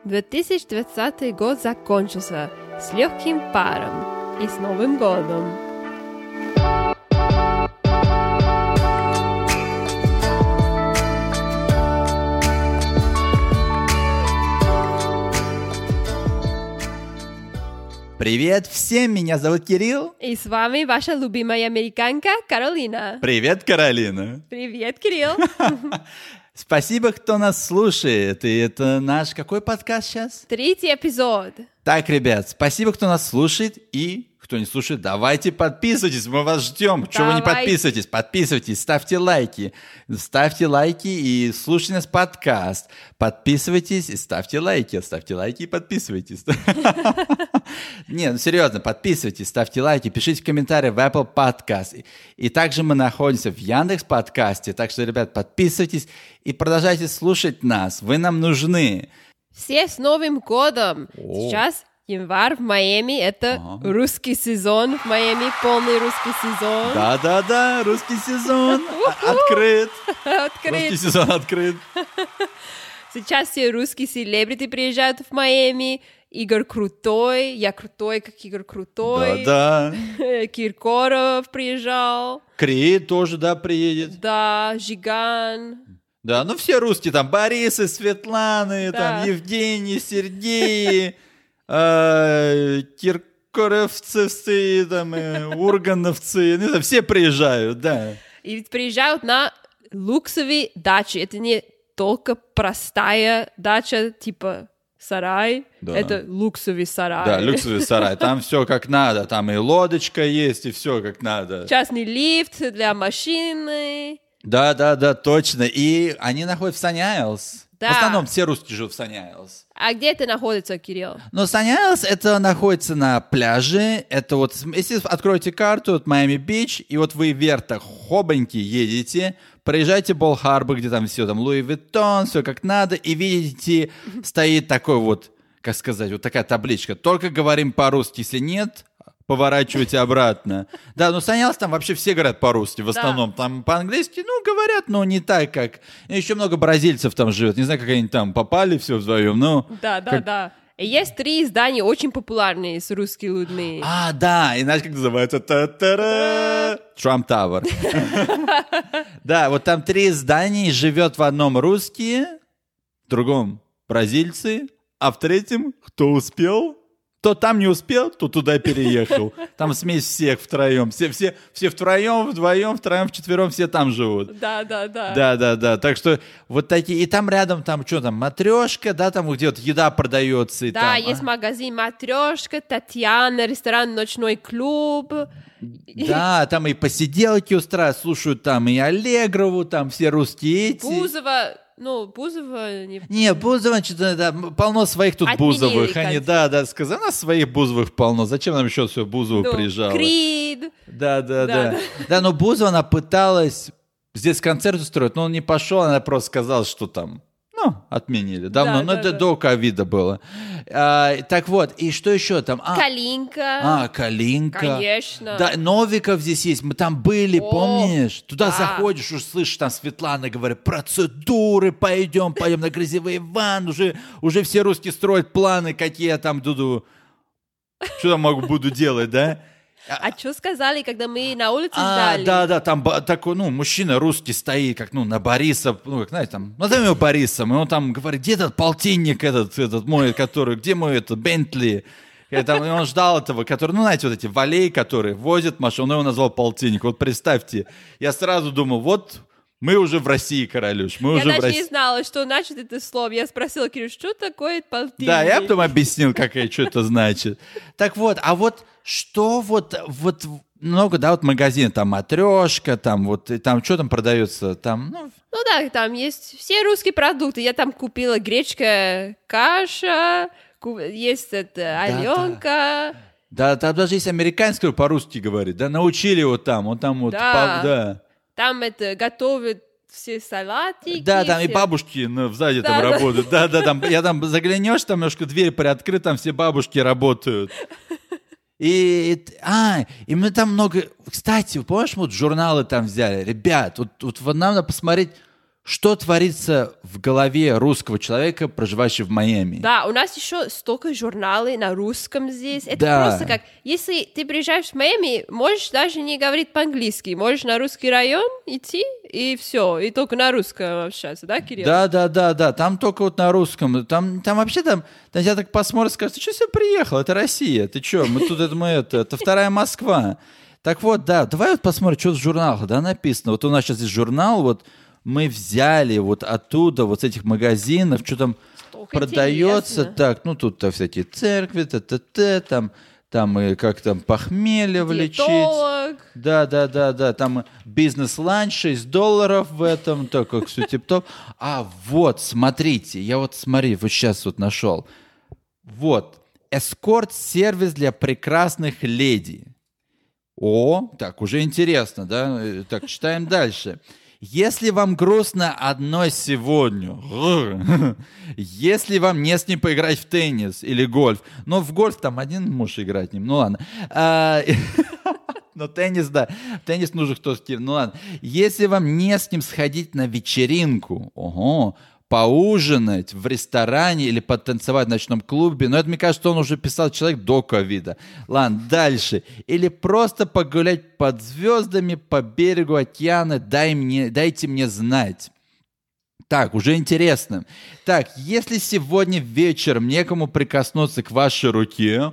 2020 год закончился с легким паром и с Новым годом. Привет всем, меня зовут Кирилл. И с вами ваша любимая американка Каролина. Привет, Каролина. Привет, Кирилл. Спасибо, кто нас слушает. И это наш какой подкаст сейчас? 3-й эпизод. Так, ребят, спасибо, кто нас слушает. И кто не слушает, давайте подписывайтесь, мы вас ждем. Чего вы не подписываетесь? Подписывайтесь, ставьте лайки. Ставьте лайки и слушайте нас подкаст. Подписывайтесь и ставьте лайки. Ставьте лайки и подписывайтесь. Не, ну серьезно, подписывайтесь, ставьте лайки, пишите комментарии в Apple Podcast. И также мы находимся в Яндекс.Подкасте. Так что, ребят, подписывайтесь и продолжайте слушать нас. Вы нам нужны. Все с Новым годом! Сейчас январь в Майами, это русский сезон в Майами, полный русский сезон. Да-да-да, русский сезон открыт. Открыт. Русский сезон открыт. Сейчас все русские селебрити приезжают в Майами. Игорь Крутой, я крутой, как Игорь Крутой. Да-да. Киркоров приезжал. Крид тоже, да, приедет. Да, Жиган. Да, ну все русские, там Борисы, Светланы, Да. там Евгений, Сергей, киркоровцы, там, ургановцы, ну, все приезжают, да. И ведь приезжают на люксовые дачи. Это не только простая дача, типа сарай. Да. Это люксовый сарай. Да, люксовый сарай, там все как надо, там и лодочка есть, и все как надо. Частный лифт для машины. Да, точно, и они находятся в Санни-Айлс. Да. В основном все русские живут в Санни-Айлс. А где это находится, Кирилл? Но Санни-Айлс это находится на пляже. Это вот, если откроете карту, вот Майами-Бич, и вот вы вверх так хобоньки едете, проезжайте Бол-Харбор, где там все, там Луи Виттон, все как надо, и видите, стоит такой вот, как сказать, вот такая табличка. Только говорим по-русски, если нет, поворачивайте обратно. Да, ну Санни-Айлс там вообще все говорят по-русски, в основном. Там по-английски, ну, говорят, но не так, как... И еще много бразильцев там живет. Не знаю, как они там попали все вдвоем, но... Да. И есть 3 здания очень популярные с русскими людьми. А, да, и знаешь, как называется? Та-та-ра! Trump Tower. Да, вот там 3 здания, живет в одном русские, в другом бразильцы, а в третьем, кто успел... Кто там не успел, то туда переехал. Там смесь всех втроем. Все втроем, вдвоем, втроем, вчетвером, все там живут. Да. Да. Так что вот такие. И там рядом, там что там, матрешка, да, там где-то еда продается. И Да, там, есть магазин «Матрешка», «Татьяна», ресторан «Ночной клуб». Да, там и посиделки устраивают, слушают там и Аллегрову, там все русские эти. Бузова не... Не, Бузова, что-то, да, полно своих тут Отменили Бузовых. Они, концерт. да, сказали, у нас своих Бузовых полно. Зачем нам еще все Бузову приезжало? Крид. Да. Да, но Бузова, она пыталась здесь концерт устроить, но он не пошел, она просто сказала, что там, отменили. Давно, но это до ковида было. Так вот, и что еще там? Калинка. Калинка. Конечно. Да, Новиков здесь есть, мы там были, помнишь? Туда да. заходишь, уж слышишь, там Светлана говорит, процедуры, пойдем на грязевые ванны, уже все русские строят планы, какие я там буду буду делать, да? А что сказали, когда мы на улице ждали? Да, там такой, мужчина русский стоит, как, на Бориса, как, знаете, там, назовем его Борисом, и он там говорит, где этот полтинник этот мой, который, где мой Бентли? И он ждал этого, который, знаете, вот эти валей, которые возят машину, он его назвал полтинник. Вот представьте, я сразу думал, вот мы уже в России, Королюш, мы уже в России. Я даже не знала, что значит это слово. Я спросила, Кирилл, что такое полтинник? Да, я потом объяснил, что это значит. Так вот, а вот что вот много, да, вот магазин, там матрешка, там что там продается, там, Ну да, там есть все русские продукты. Я там купила гречка, каша, есть Аленка. Да, там даже есть американский, который по-русски говорит, да, научили его там, он там вот, да. Там готовят все салатики. Да, там все... и бабушки сзади там работают. Да, там, там заглянешь, там немножко дверь приоткрыта, там все бабушки работают. И мы там много... Кстати, помнишь, мы журналы там взяли? Ребят, вот нам надо посмотреть Что творится в голове русского человека, проживающего в Майами? Да, у нас еще столько журналов на русском здесь. Это Да. просто как, если ты приезжаешь в Майами, можешь даже не говорить по-английски, можешь на русский район идти, и все, и только на русском общаться, да, Кирилл? Да, там только вот на русском. Там вообще там я так посмотрю, скажут, ты что сюда приехал? Это Россия, ты что? Мы тут, это вторая Москва. Так вот, да, давай вот посмотрим, что в журналах, да, написано. Вот у нас сейчас есть журнал, вот мы взяли вот оттуда, вот с этих магазинов, что там Столько продается, интересно. так, ну тут так, всякие церкви, там и как там похмелье влечить. Диетолог. Да, там бизнес-ланч $6 в этом, так как все тип-топ. А вот, смотрите, вот сейчас вот нашел. Вот, эскорт-сервис для прекрасных леди. О, так, уже интересно, да? Так, читаем дальше. Если вам грустно одной сегодня, если вам не с ним поиграть в теннис или гольф, но в гольф там один муж играть с ним, ну ладно. Но теннис, да, теннис нужен кто-то, ну ладно. Если вам не с ним сходить на вечеринку, поужинать в ресторане или потанцевать в ночном клубе. Но это, мне кажется, он уже писал человек до ковида. Ладно, дальше. Или просто погулять под звездами по берегу океана. Дайте мне знать. Так, уже интересно. Так, если сегодня вечером некому прикоснуться к вашей руке...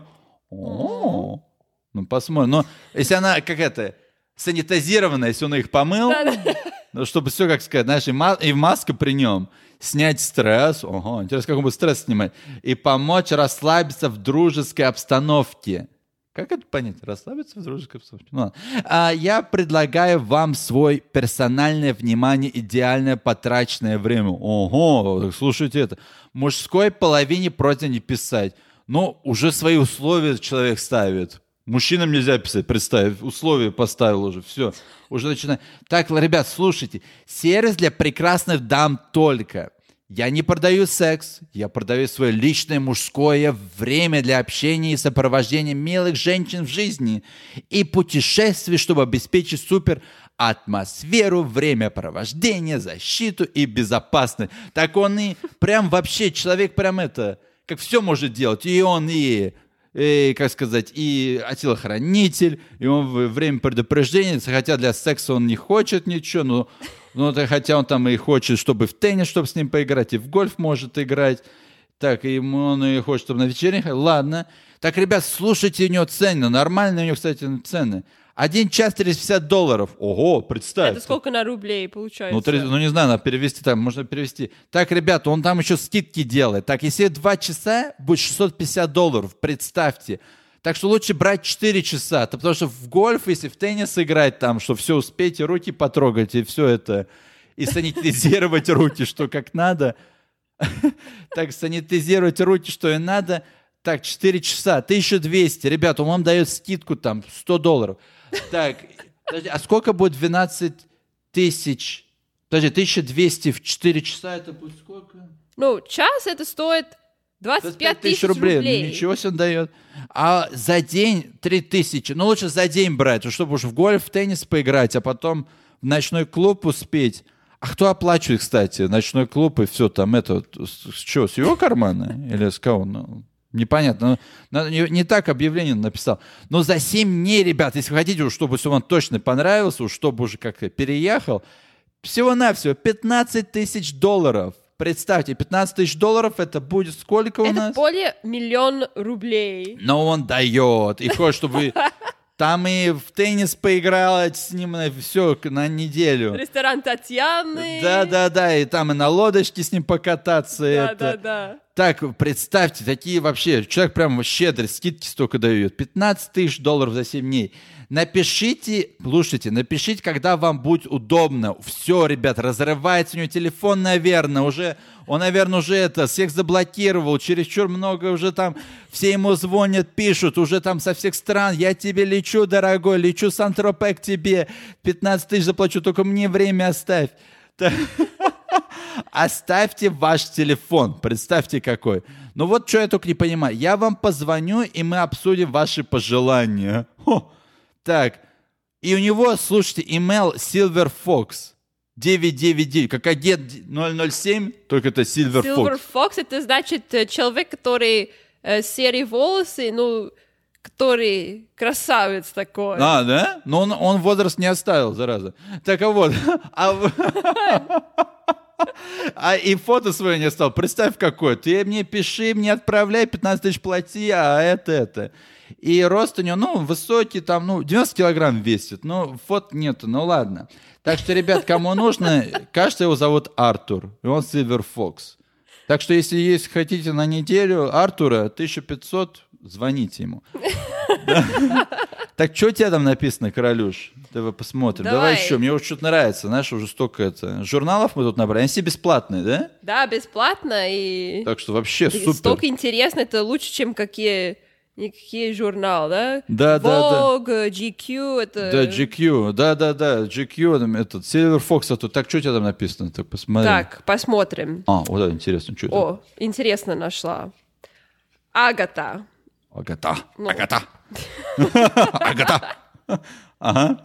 Ну, посмотрим. Но если она какая-то санитизированная, если он их помыл... Ну, чтобы все, как сказать, знаешь, и маска при нем, снять стресс, интересно, как он будет стресс снимать, и помочь расслабиться в дружеской обстановке. Как это понять? Расслабиться в дружеской обстановке? Ну, ладно. Я предлагаю вам свой персональное внимание, идеальное потраченное время. Слушайте это. Мужской половине против не писать. Но уже свои условия человек ставит. Мужчинам нельзя писать, представь, условия поставил уже, все, уже начинает. Так, ребят, слушайте, сервис для прекрасных дам только. Я не продаю секс, я продаю свое личное мужское время для общения и сопровождения милых женщин в жизни и путешествий, чтобы обеспечить супер атмосферу, времяпровождение, защиту и безопасность. Так он и прям вообще, человек прям как все может делать, и он как сказать, и телохранитель, и он время предупреждения, хотя для секса он не хочет ничего, хотя он там и хочет, чтобы в теннис, чтобы с ним поиграть, и в гольф может играть, так, и он и хочет, чтобы на вечеринках, ладно. Так, ребят, слушайте, у него цены, нормальные у него, кстати, цены. 1 час $35. Ого, представь. Это сколько на рублей получается? Не знаю, надо перевести там, можно перевести. Так, ребята, он там еще скидки делает. Так, если 2 часа, будет $650, представьте. Так что лучше брать 4 часа, потому что в гольф, если в теннис играть там, что все успейте, руки потрогать и все это, и санитизировать руки, что как надо. Так, санитизировать руки, что и надо. Так, 4 часа, 1200. Ребята, он вам дает скидку там $100. Так, подожди, а сколько будет 12 тысяч? Подожди, 1200 в 4 часа, это будет сколько? Час это стоит 25 тысяч рублей. Ну, ничего себе он дает. А за день 3000. Лучше за день брать, чтобы уж в гольф, в теннис поиграть, а потом в ночной клуб успеть. А кто оплачивает, кстати, ночной клуб и все там, что, с его кармана? Или с кого? Непонятно. Не так объявление написал. Но за 7 дней, ребят, если вы хотите, чтобы вам точно понравился, чтобы уже как-то переехал, всего-навсего $15 тысяч. Представьте, $15 тысяч это будет сколько у нас? Это более 1 000 000 рублей. Но он дает. И хочет, чтобы вы там и в теннис поиграть с ним, все, на неделю. Ресторан Татьяны. Да, и там и на лодочке с ним покататься. Да. Так, представьте, такие вообще, человек прям щедрый, скидки столько дает. $15 тысяч за 7 дней. Напишите, когда вам будет удобно. Все, ребят, разрывается у него телефон, наверное, он, наверное, уже всех заблокировал, чересчур много уже там, все ему звонят, пишут, уже там со всех стран, я тебе лечу, дорогой, лечу с Сан-Тропе к тебе, 15 тысяч заплачу, только мне время оставь. Оставьте ваш телефон, представьте какой. Вот что я только не понимаю. Я вам позвоню, и мы обсудим ваши пожелания. Так, и у него, слушайте, email Silver Fox. 999, как агент 007, только это Silver Fox. Silver Fox — это значит человек, который серые волосы, ну, который красавец такой. А, да? Но он возраст не оставил, зараза. Так вот. И фото свое не оставил. Представь, какое. Ты мне пиши, мне отправляй, 15 тысяч плати, а это. И рост у него, ну, высокий, там, ну, 90 килограмм весит. Ну, фото нету, ну, ладно. Так что, ребят, кому нужно, кажется, его зовут Артур. И он Silver Fox. Так что, если хотите на неделю Артура, 1500, звоните ему. Так, что у тебя там написано, Королюш? Давай посмотрим. Давай еще. Мне уже что-то нравится. Знаешь, уже столько журналов мы тут набрали. Они все бесплатные, да? Да, бесплатно. И так что вообще супер. Столько интересно. Это лучше, чем никакие журналы, да? Да, Vogue, GQ. Это... Да, GQ. Да. GQ, этот, Silver Fox. Так, что у тебя там написано? Так, посмотри. Так, посмотрим. Вот это интересно. Что это? Интересно нашла. Агата. Агата. Ага.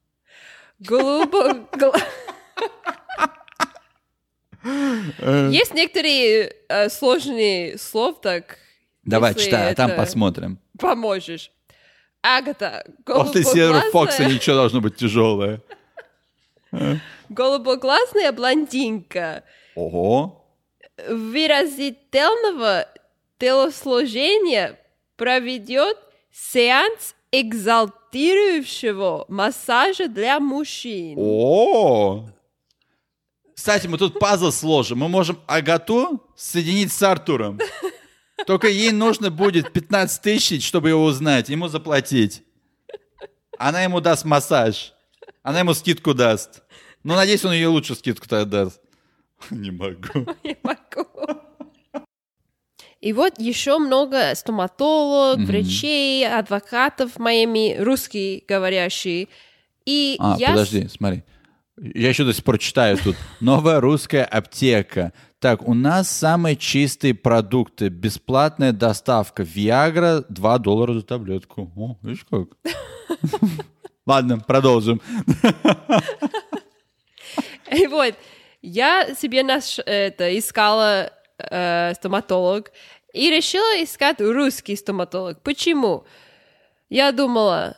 Есть некоторые сложные слова, так. Давай, читай, а там посмотрим. Поможешь. Агата. После Silver Fox ничего должно быть тяжелое. Голубоглазная блондинка. Ого. Выразительного телосложения проведет сеанс экзальтирующего массажа для мужчин. О! Кстати, мы тут пазл сложим. Мы можем Агату соединить с Артуром. Только ей нужно будет 15 тысяч, чтобы его узнать, ему заплатить. Она ему даст массаж. Она ему скидку даст. Ну, надеюсь, он ей лучше скидку тогда даст. Не могу. Не могу. И вот еще много стоматологов, врачей, адвокатов моими русские говорящие. И подожди, смотри. Я еще до сих пор читаю тут. Новая русская аптека. Так, у нас самые чистые продукты. Бесплатная доставка. Виагра $2 за таблетку. О, видишь как? Ладно, продолжим. И вот, я себе искала стоматолог и решила искать русский стоматолог. Почему? Я думала,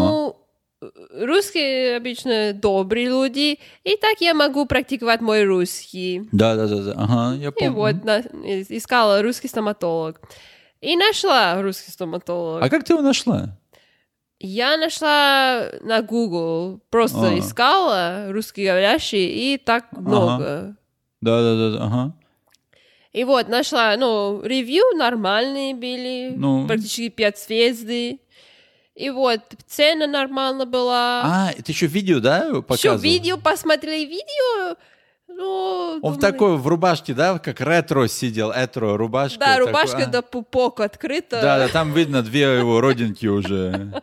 русские обычно добрые люди, и так я могу практиковать мой русский. Да. Ага, я помню. И вот искала русский стоматолог. И нашла русский стоматолог. А как ты его нашла? Я нашла на Google, просто искала русскоговорящий, и так много. Да, ага. И вот нашла, ревью нормальные были, практически 5 звезды. И вот цена нормально была. Это еще видео, да, показывал? Еще видео, посмотрели видео. Он в рубашке, да, как ретро сидел, рубашка. Да, рубашка до пупок открыта. Да, там видно 2 его родинки уже.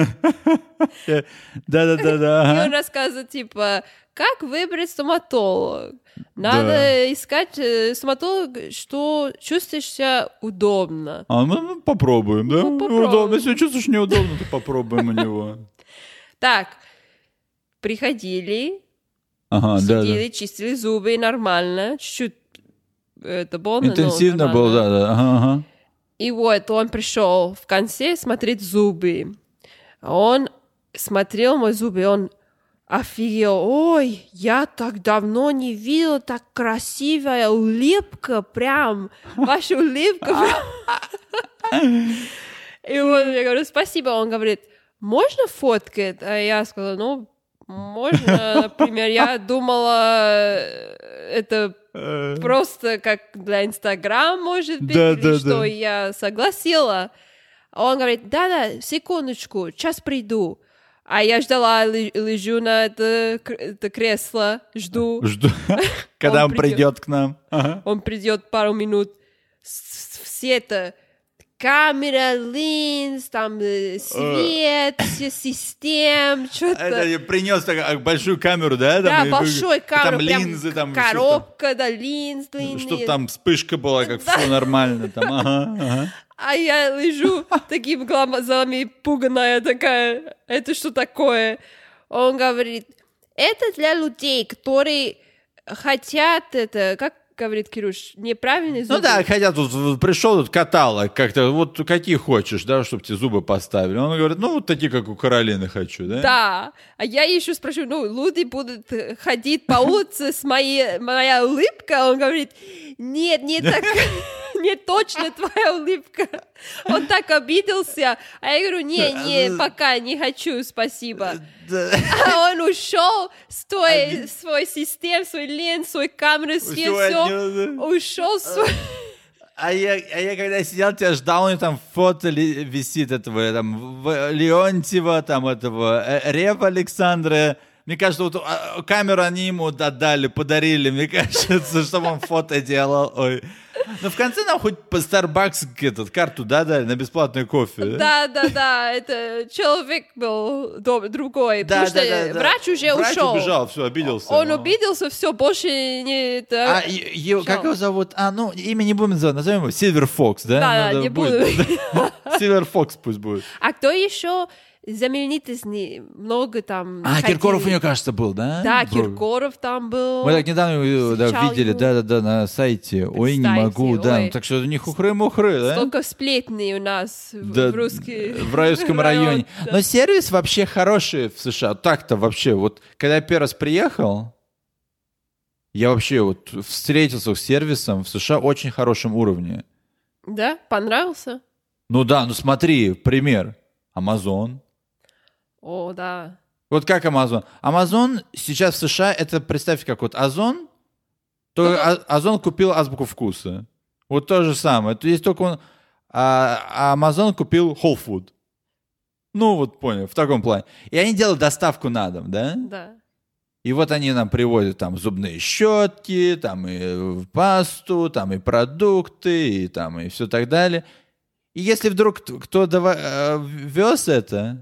Да. И он рассказывает, как выбрать стоматолога. Надо искать стоматолога, что чувствуешь себя удобно. Мы попробуем, да? Попробуем. Если чувствуешь неудобно, то попробуем у него. Так, приходили, сидели, чистили зубы нормально, чуть-чуть это больно. Интенсивно было, да. Ага. И вот он пришел в конце смотреть зубы. Он смотрел мои зубы, он офигел. Ой, я так давно не видел, так красивая улыбка, прям, ваша улыбка. И вот я говорю, спасибо. Он говорит, можно фоткать? А я сказала, можно. Например, я думала, это просто как для Инстаграма, может быть, или что. Я согласила. А он говорит, да, секундочку, сейчас приду. А я ждала, лежу на это кресло, жду. Когда он придет к нам. Он придет пару минут. Все это камера, линз, там свет, систем, что-то. Это принес большую камеру, да? Да, большую камеру. Там линзы, там коробка, да, линз длинный. Чтобы там вспышка была, как все нормально. Ага. А я лежу такими глазами пуганая такая. Это что такое? Он говорит, это для людей, которые хотят это, как говорит Кирюш, неправильные зубы. Ну да, хотя тут пришел тут каталог, как-то вот какие хочешь, да, чтобы тебе зубы поставили. Он говорит, ну вот такие, как у Каролины хочу, да? Да, а я еще спрашиваю, ну, люди будут ходить по улице с моя улыбка, он говорит, нет, не так, не точно твоя улыбка. Он так обиделся, а я говорю, не, пока не хочу, спасибо. А он ушел, свой систем, свой лент, свой камеру, все, ушел свой... А я когда сидел, тебя ждал, у него там фото висит этого, там, Леонтьева, там, этого, Рева Александра. Мне кажется, вот камеру они ему отдали, подарили, мне кажется, чтобы он фото делал. Ой. Но в конце нам хоть по Starbucks карту дали на бесплатный кофе. Да, это человек был другой, потому что врач уже ушел. Врач убежал, все, обиделся. Он обиделся, все, больше не... Как его зовут? Ну, имя не будем называть, назовем его Silver Fox, да? Да, не буду. Silver Fox пусть будет. А кто еще... знаменитостей много там. Киркоров у него, кажется, был, да? Да, Киркоров там был. Мы так недавно видели, да, на сайте. Ой, не могу, да. Так что у них ухры-мухры, да? Столько сплетней у нас в русском районе. Но сервис вообще хороший в США. Так-то вообще, вот когда я первый раз приехал, я вообще вот встретился с сервисом в США очень хорошем уровне. Да? Понравился? Ну да, ну смотри, пример. Amazon. О, да. Вот как Amazon. Amazon сейчас в США, это, представьте, как вот Озон, то Озон купил Азбуку Вкуса. Вот то же самое. Есть только он... А Amazon купил Whole Food. Ну, вот понял, в таком плане. И они делают доставку на дом, да? Да. И вот они нам привозят там зубные щетки, там и пасту, там и продукты, и там и все так далее. И если вдруг кто вез это,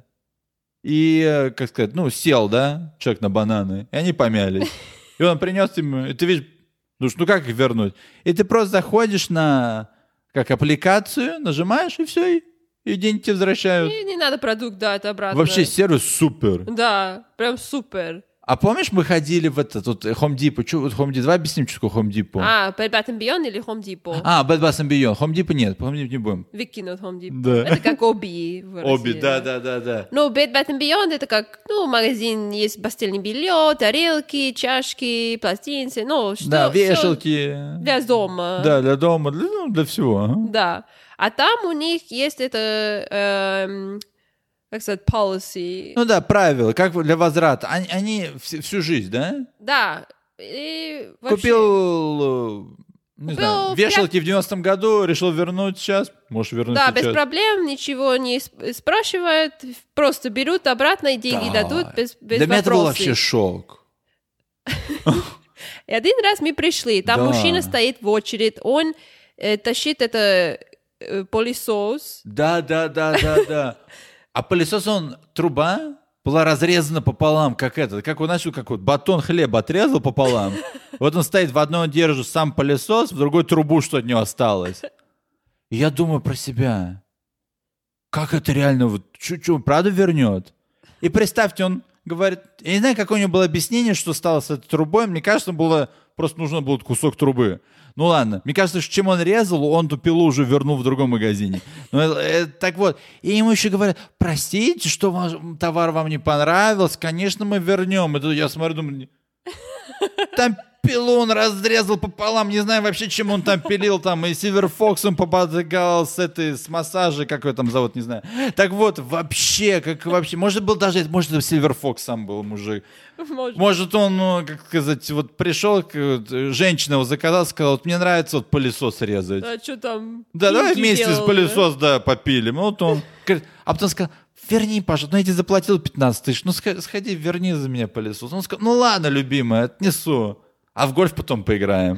и, как сказать, ну, сел, да, человек на бананы, и они помялись. И он принес ему, и ты видишь, ну как их вернуть? И ты просто заходишь на, как аппликацию, нажимаешь, и все, и деньги тебе возвращают. И не надо продукт дать обратно. Вообще сервис супер. Да, прям супер. А помнишь, мы ходили в тут Home Depot? Home Depot, давай объясним, что такое Home Depot. Bed Bath & Beyond или Home Depot? Bed Bath & Beyond. Home Depot нет, Home Depot не будем. Выкинут Home Depot. Да. Это как Оби в России. Оби, да. Ну, Bed Bath & Beyond это как, магазин, есть постельное белье, тарелки, чашки, полотенца, что... Да, вешалки. Для дома. Да, для дома, для всего. Да. А там у них есть это... как сказать, policy. Ну да, правила, как для возврата. Они всю жизнь, да? Да. И вообще... Купил вешалки в 90-м году, решил вернуть сейчас, можешь вернуть сейчас. Да, без проблем, ничего не спрашивают, просто берут обратно и деньги дадут без вопросов. Для меня это был вообще шок. И один раз мы пришли, там мужчина стоит в очередь, он тащит это пылесос. Да. А пылесос, труба была разрезана пополам, как вот батон хлеба отрезал пополам. Вот он стоит, в одной он держит сам пылесос, в другой трубу, что от него осталось. И я думаю про себя, как это реально, правда вернет? И представьте, он говорит, я не знаю, какое у него было объяснение, что стало с этой трубой, мне кажется, просто нужен был кусок трубы. Ну ладно, мне кажется, что чем он резал, он ту пилу уже вернул в другом магазине. Так вот, и ему еще говорят, простите, что товар вам не понравился, конечно, мы вернем. И я смотрю, думаю, там пилу он разрезал пополам, не знаю вообще, чем он там пилил, там и Silver Fox он пободгал с массажа, как его там зовут, не знаю. Так вот, вообще, может Silver Fox сам был мужик. Может он, как сказать, вот пришел, женщина его заказала, сказала, вот мне нравится вот пылесос резать. А что там? Да, давай вместе с пылесос, попилим. Вот он, а потом сказал, верни, пожалуйста, я тебе заплатил 15 тысяч, сходи, верни за меня пылесос. Он сказал, ладно, любимая, отнесу. А в гольф потом поиграем.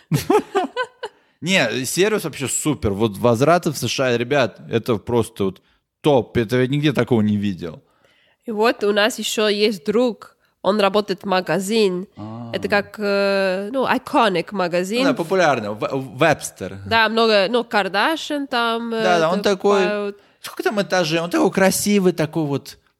Не, сервис вообще супер. Вот возвраты в США, ребят, это просто вот топ. Это я нигде такого не видел. И вот у нас еще есть друг. Он работает в магазин. Это как, iconic магазин. Да, популярный. Вебстер. Да, много, Кардашьян там. Да, он такой... Сколько там этажей? Он такой красивый, такой вот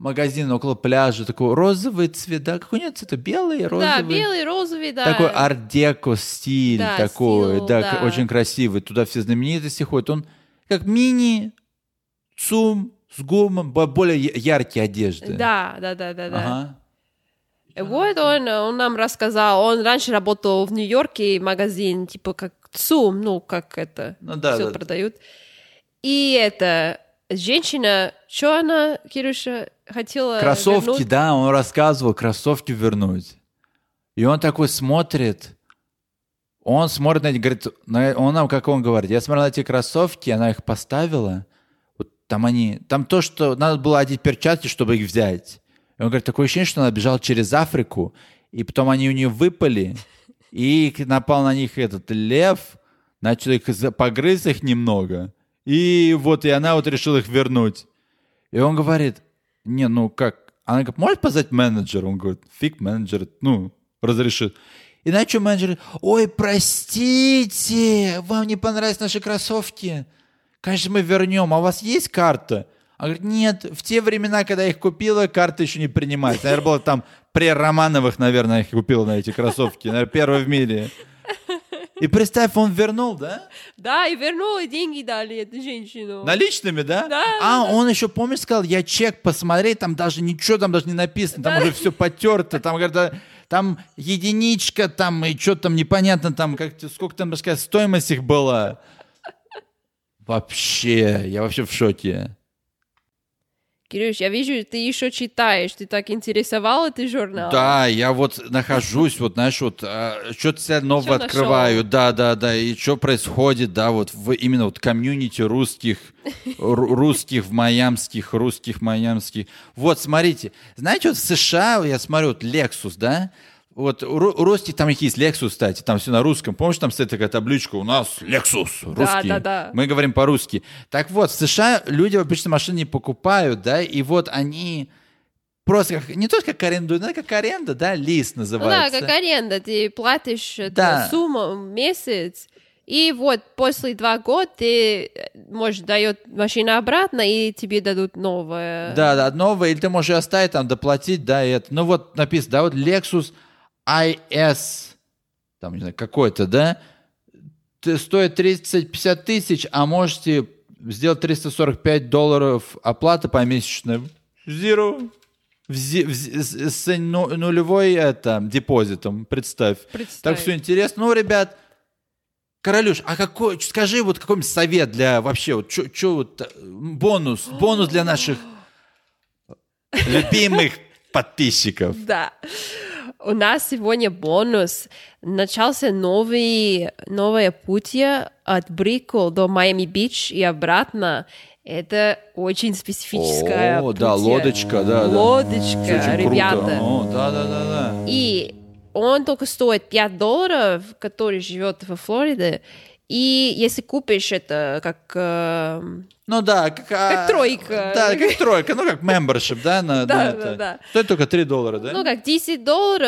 магазин около пляжа, такой розовый цвет, да, какой нет цвета, белый, розовый. Да, белый, розовый, да. Такой арт-деко стиль да, такой, стил, да, очень красивый. Туда все знаменитости ходят. Он как мини-ЦУМ с ГУМом, более яркие одежды. Да. Ага. Вот он нам рассказал, он раньше работал в Нью-Йорке, магазин, типа как ЦУМ, ну, как это, все продают. И это женщина, что она, Кирюша, хотела кроссовки, вернуть? да, он рассказывал, кроссовки вернуть. И он такой смотрит, он смотрит на эти, говорит, он нам, как он говорит, я смотрел на эти кроссовки, она их поставила, вот там то, что надо было одеть перчатки, чтобы их взять. И он говорит, такое ощущение, что она бежала через Африку, и потом они у нее выпали, и напал на них этот лев, начал их погрыз их немного, и вот, и она вот решила их вернуть. И он говорит, не, ну как, она говорит, может позвать менеджера? Он говорит, фиг менеджер, ну, разрешит. И на что менеджер, ой, простите, вам не понравились наши кроссовки? Конечно, мы вернем, а у вас есть карта? Она говорит, нет, в те времена, когда я их купила, карта еще не принимается. Наверное, было там при Романовых, наверное, я их купила на эти кроссовки, наверное, первые в мире. И представь, он вернул, да? Да, и вернул, и деньги дали эту женщину. Наличными, да? Да. Он еще, помнишь, сказал, я чек посмотреть, там даже ничего там даже не написано, там уже все потерто, там, говорят, там единичка, там, и что там непонятно, там, сколько там, сказать, стоимость их была. Вообще, я вообще в шоке. Кирюш, я вижу, ты еще читаешь, ты так интересовал этот журнал? Да, я вот нахожусь, вот, знаешь, вот, что-то себя новое открываю, да, и что происходит, да, вот, именно вот комьюнити русских майамских. Вот, смотрите, знаете, вот в США, я смотрю, вот Lexus, да, вот у русских там есть Lexus, кстати, там все на русском. Помнишь, там стоит такая табличка, у нас Lexus, русский. Да. Мы говорим по-русски. Так вот, в США люди обычно машины не покупают, да, и вот они просто не то, как арендуют, но как аренда, да, лист называется. Да, как аренда, ты платишь сумму в месяц, и вот после 2 года ты можешь дать машину обратно, и тебе дадут новое. Да, новое, или ты можешь ее оставить, там, доплатить, да, и это. Ну вот написано, да, вот Lexus IS, там, не знаю, какой-то, да, стоит 30-50 тысяч, а можете сделать $345 оплата помесячная. Zero. С нулевой депозитом, представь. Так все интересно. Ну, ребят, Королюш, а скажи вот какой-нибудь совет для вообще, вот, бонус для наших любимых подписчиков. Да. У нас сегодня бонус. Начался новое путь от Брикл до Майами-Бич и обратно. Это очень специфическая путь. Да, лодочка, да. Лодочка, ребята. Да. И он только стоит $5, который живет во Флориде. И если купишь это как... как тройка. Да, как тройка, ну как membership, да? Да. Стоит только $3, да? Ну как $10,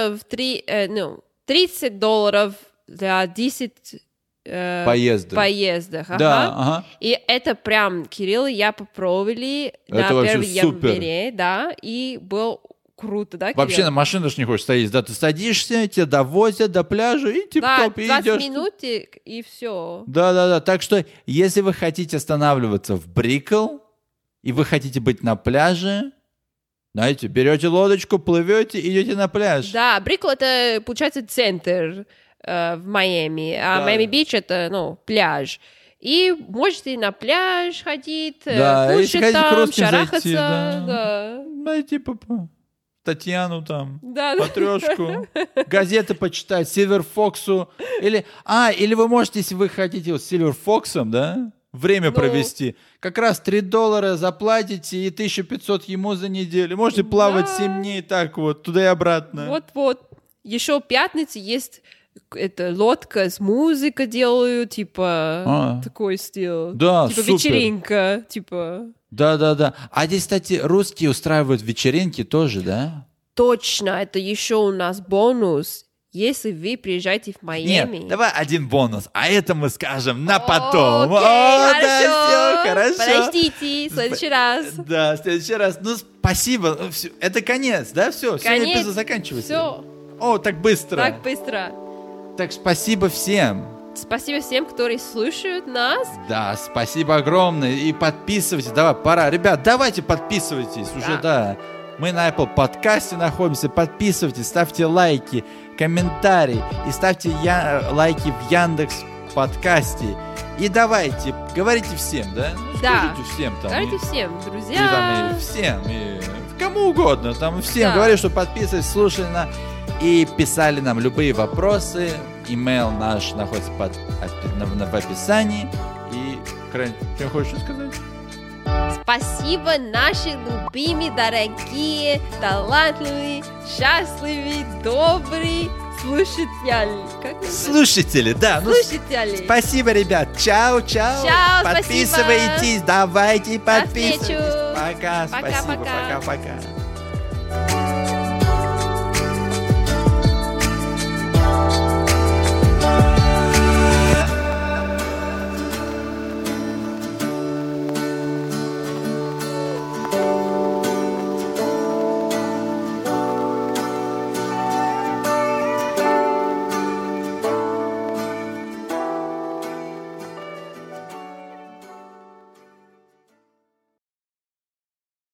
$30 для 10 поездок. Да, И это прям, Кирилл и я попробовали на 1 января, да, и был круто, да, Кирилл? Вообще на машину же не хочешь садиться, да, ты садишься, тебя довозят до пляжа и тип-топ, и идешь. 20 минутик, и все. Да, так что, если вы хотите останавливаться в Брикл, и вы хотите быть на пляже, знаете, берете лодочку, плывете, идете на пляж. Да, Брикл это, получается, центр в Майами, а Майами-Бич это, пляж. И можете на пляж ходить, кушать там, шарахаться. Да. Найти Татьяну там, да, Матрешку, газеты почитать, Silver Fox'у. Или вы можете, если вы хотите вот с Silver Fox'ом, да, время провести, как раз $3 заплатите и 1500 ему за неделю. Можете плавать 7 дней так вот, туда и обратно. Вот. Еще в пятницу есть лодка с музыкой делают, типа такой стиль. Да, типа супер. Вечеринка, типа. Да. А здесь, кстати, русские устраивают вечеринки тоже, да? Точно, это еще у нас бонус. Если вы приезжаете в Майами... Нет, давай один бонус, а это мы скажем на потом. Окей, хорошо. Да, все Хорошо. Подождите, в следующий раз. Да, в следующий раз. Ну, спасибо. Это конец, да? Все, сегодня эпизод заканчивается. Все. О, так быстро. Так быстро. Так, спасибо всем. Спасибо всем, которые слушают нас. Да, спасибо огромное. И подписывайтесь. Давай, пора. Ребят, давайте подписывайтесь. Уже, да. Мы на Apple подкасте находимся. Подписывайтесь, ставьте лайки, комментарии. И ставьте лайки в Яндекс подкасте. И давайте, говорите всем, да? Да. Скажите всем там. Говорите всем, И, друзья. там, и всем, и кому угодно. Там всем Да. говорю, что подписывайтесь, слушали нас. И писали нам любые вопросы. Имейл наш находится в описании. И, Крань, что хочешь сказать? Спасибо, наши любимые, дорогие, талантливые, счастливые, добрые слушатели. Как это? Слушатели, да. Слушатели. Спасибо, ребят. Чао, чао. Чао, Подписывайтесь, давайте До подписывайтесь. встречи. Пока, Пока, спасибо, пока. пока-пока.